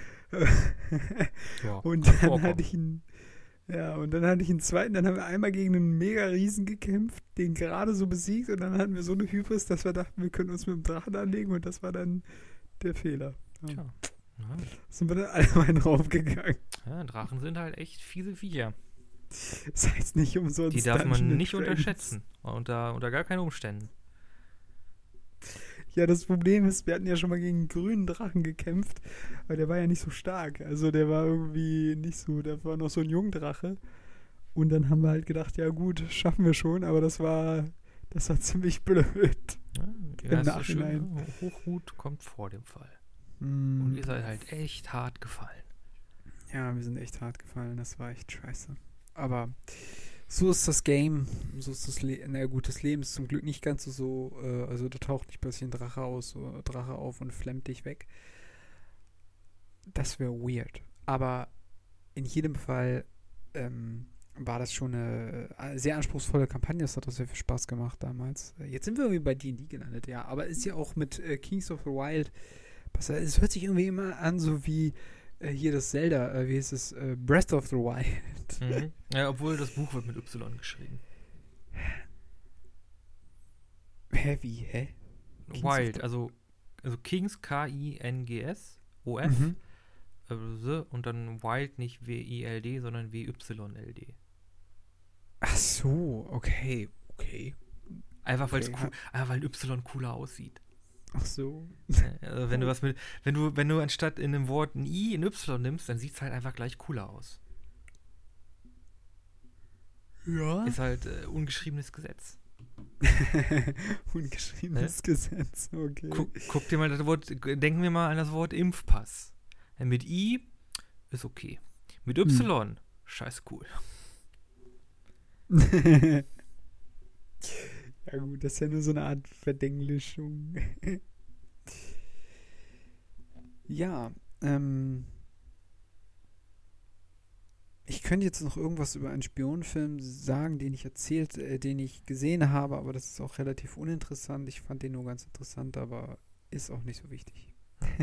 Ja, Und kann dann vorkommen. hatte ich einen, ja, und dann hatte ich einen zweiten, dann haben wir einmal gegen einen Mega-Riesen gekämpft, den gerade so besiegt und dann hatten wir so eine Hybris, dass wir dachten, wir können uns mit dem Drachen anlegen und das war dann der Fehler. Ja. Tja. Ja, Sind wir dann alle mal draufgegangen. ja, Drachen sind halt echt fiese Viecher. Das heißt nicht umsonst. Die darf man Dungeon nicht and Dragons. unterschätzen. Unter gar keinen Umständen. Ja, das Problem ist, wir hatten ja schon mal gegen einen grünen Drachen gekämpft, aber der war ja nicht so stark. Also der war irgendwie nicht so, der war noch so ein Jungdrache. Und dann haben wir halt gedacht, ja gut, schaffen wir schon, aber das war ziemlich blöd. Ja, Im ist so schön, Nachhinein. ne? Hochmut kommt vor dem Fall. Mm, Und ihr seid halt echt hart gefallen. ja, wir sind echt hart gefallen, das war echt scheiße. Aber so ist das Game, so ist das Leben. Na gut, das Leben ist zum Glück nicht ganz so, also da taucht nicht plötzlich ein Drache auf und flammt dich weg. Das wäre weird. Aber in jedem Fall war das schon eine sehr anspruchsvolle Kampagne. Es hat auch sehr viel Spaß gemacht damals. Jetzt sind wir irgendwie bei D&D gelandet, ja. Aber ist ja auch mit Kings of the Wild. Es hört sich irgendwie immer an, so wie hier das Zelda, wie hieß es? Breath of the Wild. Mhm. Ja, obwohl das Buch wird mit Y geschrieben. Hä, wie? Hä? Kings of Wild, the- also Kings, Kings, OF, Mhm. und dann Wild nicht WILD, sondern WYLD. Ach so, okay. Okay. Einfach, Okay, weil Y cooler aussieht. Ach so. Also wenn du anstatt in einem Wort ein I ein Y nimmst, dann sieht es halt einfach gleich cooler aus. Ja. Ist halt ungeschriebenes Gesetz. Ungeschriebenes Gesetz, okay. Guck dir mal das Wort, denken wir mal an das Wort Impfpass. Mit I ist okay. Mit Y, scheiß cool. Ja gut, das ist ja nur so eine Art Verdenglischung. Ja, ich könnte jetzt noch irgendwas über einen Spionenfilm sagen, den ich gesehen habe, aber das ist auch relativ uninteressant. Ich fand den nur ganz interessant, aber ist auch nicht so wichtig.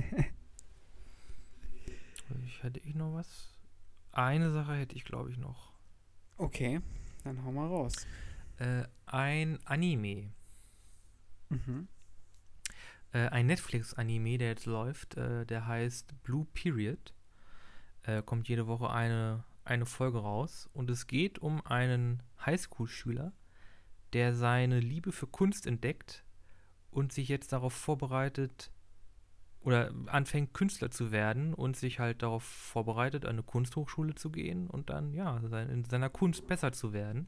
Hätte ich noch was? Eine Sache hätte ich, glaube ich, noch. Okay, dann hau mal raus. Ein Anime. Mhm. Ein Netflix-Anime, der jetzt läuft, der heißt Blue Period. Kommt jede Woche eine Folge raus. Und es geht um einen Highschool-Schüler, der seine Liebe für Kunst entdeckt und sich jetzt darauf vorbereitet oder anfängt, Künstler zu werden und sich halt darauf vorbereitet, an eine Kunsthochschule zu gehen und dann, ja, in seiner Kunst besser zu werden.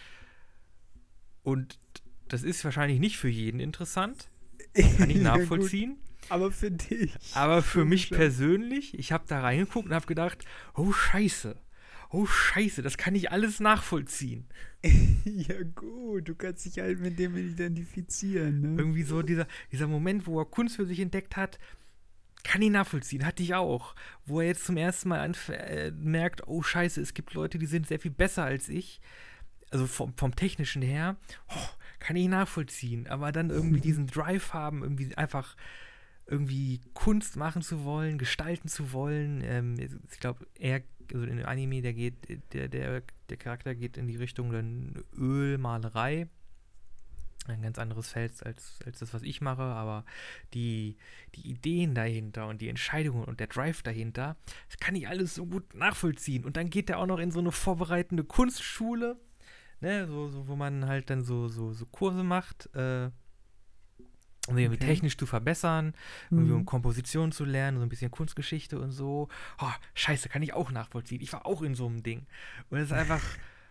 Und das ist wahrscheinlich nicht für jeden interessant. Kann ich Ja, nachvollziehen. gut, aber für dich. Aber für mich Logisch. persönlich, ich habe da reingeguckt und habe gedacht, oh Scheiße, das kann ich alles nachvollziehen. Ja gut, du kannst dich halt mit dem identifizieren, ne? Irgendwie so dieser Moment, wo er Kunst für sich entdeckt hat, kann ich nachvollziehen, hatte ich auch. Wo er jetzt zum ersten Mal merkt, oh Scheiße, es gibt Leute, die sind sehr viel besser als ich. Also vom Technischen her, kann ich nachvollziehen. Aber dann irgendwie diesen Drive haben, irgendwie einfach irgendwie Kunst machen zu wollen, gestalten zu wollen. Ich glaube, also in dem Anime, der Charakter geht in die Richtung dann Ölmalerei. ein ganz anderes Feld als das, was ich mache, aber die Ideen dahinter und die Entscheidungen und der Drive dahinter, das kann ich alles so gut nachvollziehen. Und dann geht er auch noch in so eine vorbereitende Kunstschule, ne, so wo man halt dann so Kurse macht, um irgendwie Okay. technisch zu verbessern, irgendwie um Komposition zu lernen, so ein bisschen Kunstgeschichte und so. Oh, scheiße, kann ich auch nachvollziehen. Ich war auch in so einem Ding. Und es ist einfach,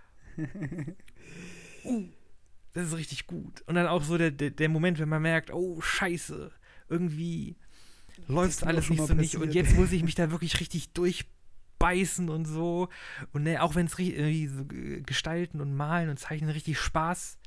das ist richtig gut. Und dann auch so der Moment, wenn man merkt, oh, scheiße, irgendwie läuft ist mir alles auch schon nicht mal so nicht und passiert. jetzt muss ich mich da wirklich richtig durchbeißen und so. Und ne, auch wenn es irgendwie so gestalten und malen und zeichnen richtig Spaß,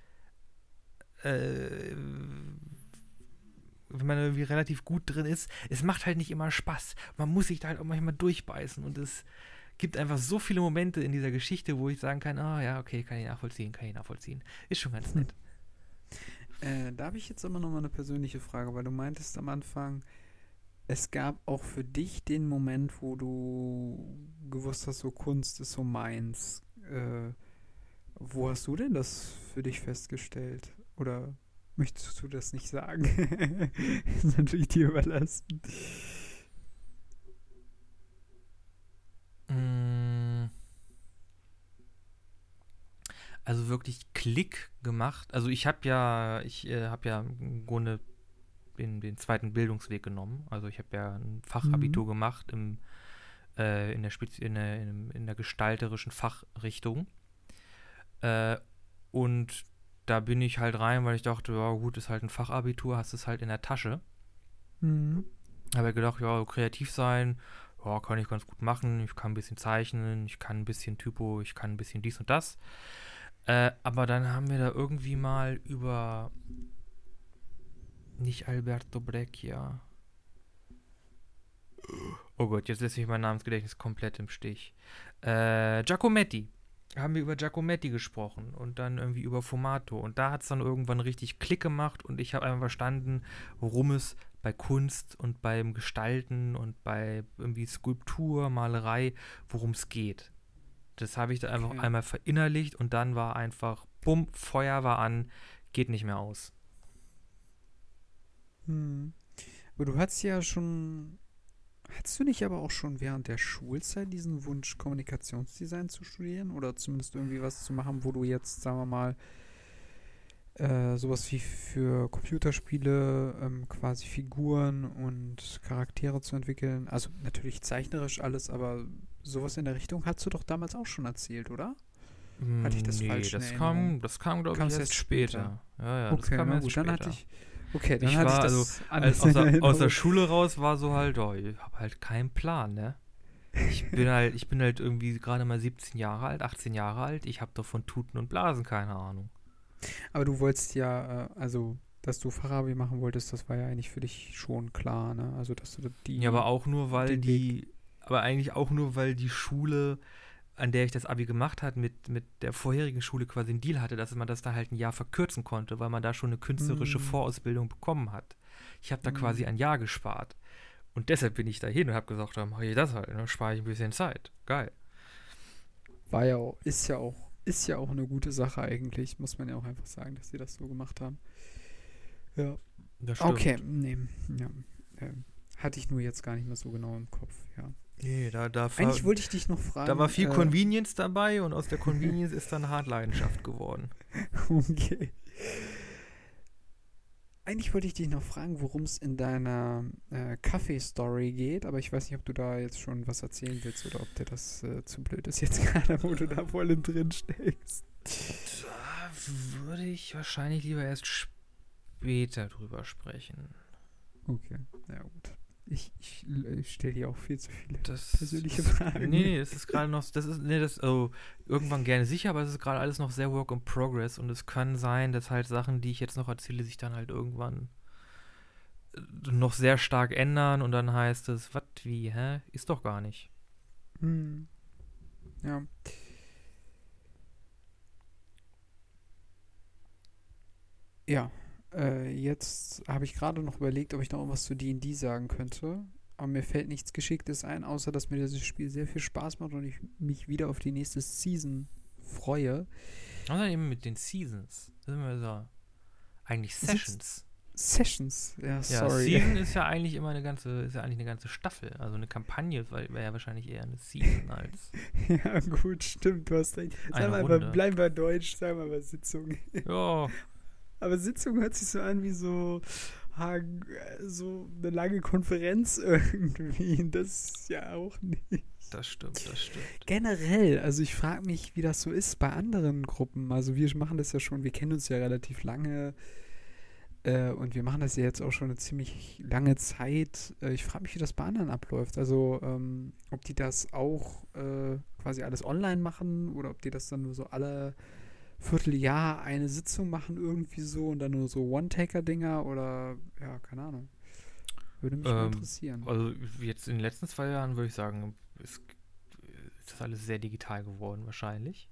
wenn man irgendwie relativ gut drin ist, es macht halt nicht immer Spaß. Man muss sich da halt auch manchmal durchbeißen und es gibt einfach so viele Momente in dieser Geschichte, wo ich sagen kann, ah ja, okay, kann ich nachvollziehen. Ist schon ganz nett. Da habe ich jetzt immer noch mal eine persönliche Frage, weil du meintest am Anfang, es gab auch für dich den Moment, wo du gewusst hast, so Kunst ist so meins. Wo hast du denn das für dich festgestellt? Oder möchtest du das nicht sagen? Ist natürlich dir überlassen. Also wirklich Klick gemacht. Also ich habe ja im Grunde den zweiten Bildungsweg genommen. Also ich habe ja ein Fachabitur gemacht in der gestalterischen Fachrichtung. Und da bin ich halt rein, weil ich dachte, ja gut, ist halt ein Fachabitur, hast es halt in der Tasche. Mhm. Habe gedacht, ja, kreativ sein, ja, kann ich ganz gut machen. Ich kann ein bisschen zeichnen, ich kann ein bisschen Typo, ich kann ein bisschen dies und das. Aber dann haben wir da irgendwie mal über nicht Alberto Breccia. Oh Gott, jetzt lässt mich mein Namensgedächtnis komplett im Stich. Giacometti. Haben wir über Giacometti gesprochen und dann irgendwie über Fumato. Und da hat es dann irgendwann richtig Klick gemacht und ich habe einfach verstanden, worum es bei Kunst und beim Gestalten und bei irgendwie Skulptur, Malerei, worum es geht. Das habe ich da einfach Okay. einmal verinnerlicht und dann war einfach, bumm, Feuer war an, geht nicht mehr aus. Hm. Aber du hattest ja schon, hattest du nicht aber auch schon während der Schulzeit diesen Wunsch, Kommunikationsdesign zu studieren? Oder zumindest irgendwie was zu machen, wo du jetzt, sagen wir mal, sowas wie für Computerspiele quasi Figuren und Charaktere zu entwickeln? Also natürlich zeichnerisch alles, aber sowas in der Richtung hast du doch damals auch schon erzählt, oder? Hatte ich das Nee, falsch in Erinnerung? das kam glaube Kam ich, es erst erst später. Ja, das Okay, kam na erst gut, später. dann hatte ich. Okay, dann Ich hatte ich war, also, das anders in aus der Erinnerung. Schule raus war so halt, oh, ich habe halt keinen Plan, ne? Ich bin halt irgendwie gerade mal 17 Jahre alt, 18 Jahre alt. Ich habe doch von Tuten und Blasen keine Ahnung. Aber du wolltest ja, also, dass du Fachabi machen wolltest, das war ja eigentlich für dich schon klar, ne? Also, dass du Ja, aber auch nur, weil den Weg. aber eigentlich auch nur, weil die Schule, an der ich das Abi gemacht hat, mit der vorherigen Schule quasi einen Deal hatte, dass man das da halt ein Jahr verkürzen konnte, weil man da schon eine künstlerische Hm, Vorausbildung bekommen hat. Ich habe da quasi hm. ein Jahr gespart. Und deshalb bin ich dahin und habe gesagt, dann mache ich das halt, ne? Spare ich ein bisschen Zeit. Geil. War ja auch, ist ja auch eine gute Sache eigentlich, muss man ja auch einfach sagen, dass sie das so gemacht haben. Ja. Das stimmt. Okay, nee, ja. Hatte ich nur jetzt gar nicht mehr so genau im Kopf, ja. Nee, Eigentlich wollte ich dich noch fragen. da war viel Convenience dabei und aus der Convenience ist dann Hardleidenschaft geworden. Okay. Eigentlich wollte ich dich noch fragen, worum es in deiner Kaffee-Story geht, aber ich weiß nicht, ob du da jetzt schon was erzählen willst oder ob dir das zu blöd ist jetzt gerade, wo du da voll drin steckst. Da würde ich wahrscheinlich lieber erst später drüber sprechen. Okay, ja gut. Ich stelle dir auch viel zu viele Das persönliche ist, Fragen. nee, das ist gerade noch, irgendwann gerne sicher, aber es ist gerade alles noch sehr Work in Progress und es kann sein, dass halt Sachen, die ich jetzt noch erzähle, sich dann halt irgendwann noch sehr stark ändern und dann heißt es, was, wie, hä? Ist doch gar nicht. Hm. Ja. Ja, jetzt habe ich gerade noch überlegt, ob ich noch irgendwas zu D&D sagen könnte. Aber mir fällt nichts Geschicktes ein, außer dass mir dieses Spiel sehr viel Spaß macht und ich mich wieder auf die nächste Season freue. Und dann eben mit den Seasons. Das ist immer so. Eigentlich Sessions. Sessions, ja, Ja, sorry. Season ist ja eigentlich immer eine ganze Staffel. Also eine Kampagne wäre ja wahrscheinlich eher eine Season als Ja, gut, stimmt, du hast recht. Sag eine mal, Runde. bleib mal deutsch, sag mal was Sitzung. Ja, Aber Sitzung hört sich so an wie so eine lange Konferenz irgendwie. Das ist ja auch nicht. das stimmt. Generell, also ich frage mich, wie das so ist bei anderen Gruppen. Also wir machen das ja schon, wir kennen uns ja relativ lange und wir machen das ja jetzt auch schon eine ziemlich lange Zeit. Ich frage mich, wie das bei anderen abläuft. Also ob die das auch quasi alles online machen oder ob die das dann nur so alle Vierteljahr eine Sitzung machen irgendwie so und dann nur so One-Taker-Dinger oder ja, keine Ahnung. Würde mich mal interessieren. Also jetzt in den letzten 2 Jahren würde ich sagen, ist das alles sehr digital geworden wahrscheinlich.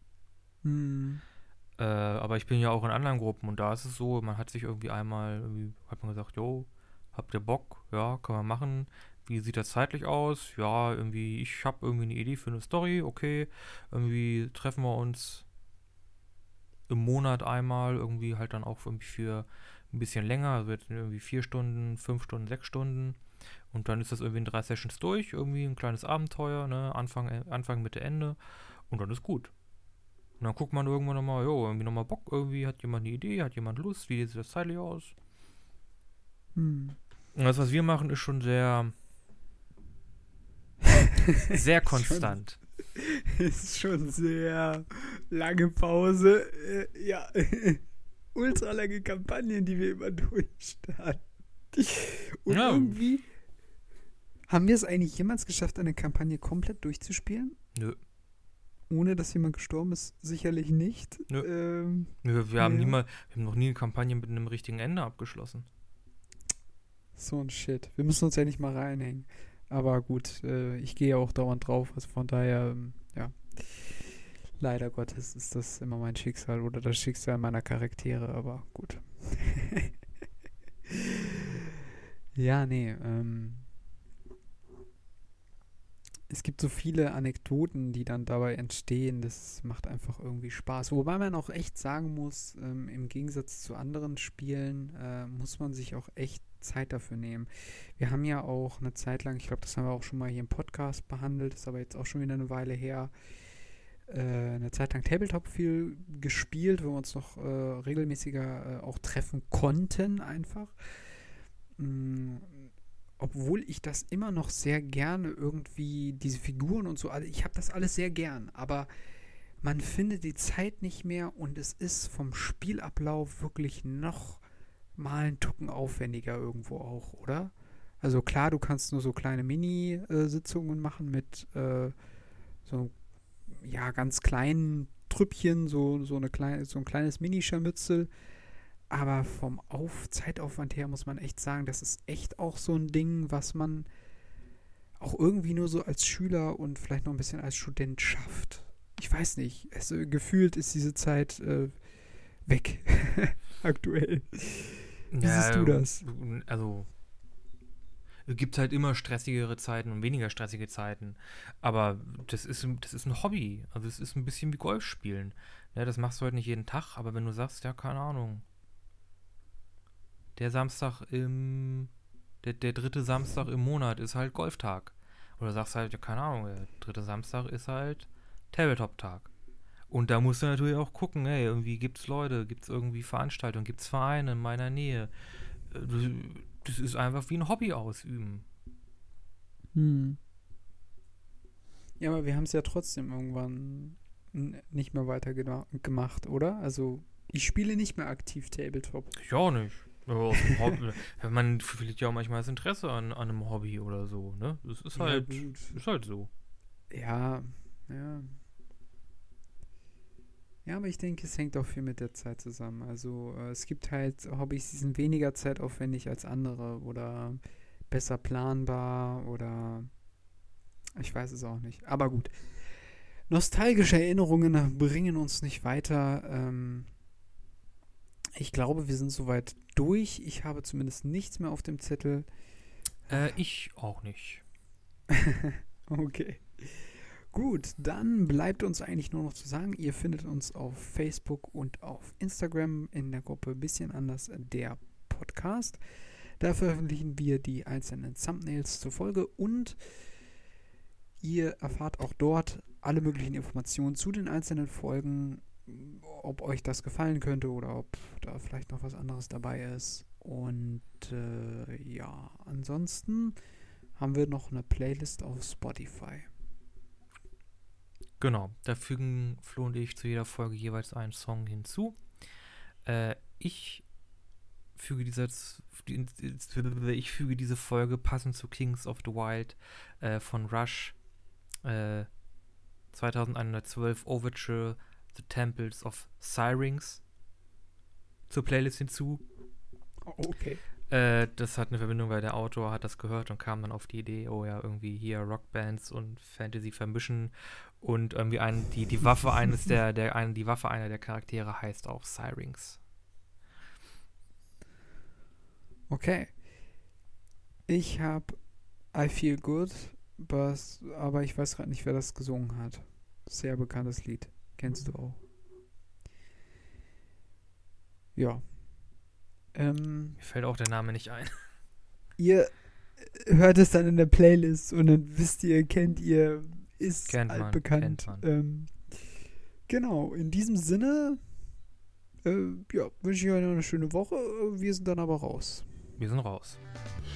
Aber ich bin ja auch in anderen Gruppen und da ist es so, man hat sich irgendwie hat man gesagt, jo, habt ihr Bock? Ja, kann man machen. Wie sieht das zeitlich aus? Ja, irgendwie, ich habe irgendwie eine Idee für eine Story, okay. Irgendwie treffen wir uns im Monat einmal, irgendwie halt dann auch irgendwie für ein bisschen länger, also jetzt irgendwie 4 Stunden, 5 Stunden, 6 Stunden. Und dann ist das irgendwie in 3 Sessions durch, irgendwie ein kleines Abenteuer, ne? Anfang, Mitte, Ende. Und dann ist gut. Und dann guckt man irgendwann nochmal, irgendwie nochmal Bock, irgendwie hat jemand eine Idee, hat jemand Lust, wie sieht das zeitlich aus? Und das, was wir machen, ist schon sehr, sehr konstant. Ist schon sehr lange Pause. Ja, ultra lange Kampagnen, die wir immer durchstarten. Und Ja. irgendwie haben wir es eigentlich jemals geschafft, eine Kampagne komplett durchzuspielen? Nö. Ohne dass jemand gestorben ist? Sicherlich nicht. Nö. Wir haben ja. wir haben noch nie eine Kampagne mit einem richtigen Ende abgeschlossen. So ein Shit. Wir müssen uns ja nicht mal reinhängen. Aber gut, ich gehe ja auch dauernd drauf. Also von daher, ja. Leider Gottes ist das immer mein Schicksal oder das Schicksal meiner Charaktere, aber gut. Ja, nee. Es gibt so viele Anekdoten, die dann dabei entstehen. Das macht einfach irgendwie Spaß. Wobei man auch echt sagen muss, im Gegensatz zu anderen Spielen muss man sich auch echt Zeit dafür nehmen. Wir haben ja auch eine Zeit lang, ich glaube, das haben wir auch schon mal hier im Podcast behandelt, ist aber jetzt auch schon wieder eine Weile her, eine Zeit lang Tabletop viel gespielt, wo wir uns noch regelmäßiger auch treffen konnten einfach. Obwohl ich das immer noch sehr gerne irgendwie, diese Figuren und so, ich habe das alles sehr gern, aber man findet die Zeit nicht mehr und es ist vom Spielablauf wirklich noch mal einen Tucken aufwendiger irgendwo auch, oder? Also klar, du kannst nur so kleine Mini-Sitzungen machen mit so ja, ganz kleinen Trüppchen, so ein kleines Mini-Scharmützel. Aber vom Zeitaufwand her muss man echt sagen, das ist echt auch so ein Ding, was man auch irgendwie nur so als Schüler und vielleicht noch ein bisschen als Student schafft. Ich weiß nicht, gefühlt ist diese Zeit weg aktuell. Wie siehst du das? Also, es gibt halt immer stressigere Zeiten und weniger stressige Zeiten. Aber das ist ein Hobby. Also, es ist ein bisschen wie Golf spielen. Ja, das machst du halt nicht jeden Tag, aber wenn du sagst, ja, keine Ahnung, der dritte Samstag im Monat ist halt Golftag. Oder sagst halt, ja, keine Ahnung, der dritte Samstag ist halt Tabletop-Tag. Und da musst du natürlich auch gucken, hey, irgendwie gibt's Leute, gibt's irgendwie Veranstaltungen, gibt's Vereine in meiner Nähe. Das ist einfach wie ein Hobby ausüben. Ja, aber wir haben es ja trotzdem irgendwann nicht mehr weiter gemacht, oder? Also, ich spiele nicht mehr aktiv Tabletop. Ich auch nicht. Man verliert ja auch manchmal das Interesse an einem Hobby oder so, ne? Das ist halt, ist halt so. Ja. Ja, aber ich denke, es hängt auch viel mit der Zeit zusammen. Also es gibt halt Hobbys, die sind weniger zeitaufwendig als andere oder besser planbar oder ich weiß es auch nicht. Aber gut. Nostalgische Erinnerungen bringen uns nicht weiter. Ich glaube, wir sind soweit durch. Ich habe zumindest nichts mehr auf dem Zettel. Ich auch nicht. Okay. Gut, dann bleibt uns eigentlich nur noch zu sagen, ihr findet uns auf Facebook und auf Instagram in der Gruppe Bisschen anders der Podcast. Da veröffentlichen wir die einzelnen Thumbnails zur Folge und ihr erfahrt auch dort alle möglichen Informationen zu den einzelnen Folgen, ob euch das gefallen könnte oder ob da vielleicht noch was anderes dabei ist. Und ja, ansonsten haben wir noch eine Playlist auf Spotify. Genau, da fügen Flo und ich zu jeder Folge jeweils einen Song hinzu. Ich füge diese Folge passend zu Kings of the Wild von Rush 2112 Overture The Temples of Syrinx zur Playlist hinzu. Okay. Das hat eine Verbindung, weil der Autor hat das gehört und kam dann auf die Idee, oh ja, irgendwie hier Rockbands und Fantasy vermischen und irgendwie die Waffe einer der Charaktere heißt auch Syrinx. Okay. Ich habe I Feel Good, aber ich weiß gerade nicht, wer das gesungen hat. Sehr bekanntes Lied. Kennst du auch. Ja. Mir fällt auch der Name nicht ein. Ihr hört es dann in der Playlist und dann wisst ihr, kennt ihr, ist altbekannt. Genau, in diesem Sinne ja, wünsche ich euch noch eine schöne Woche. Wir sind dann aber raus. Wir sind raus.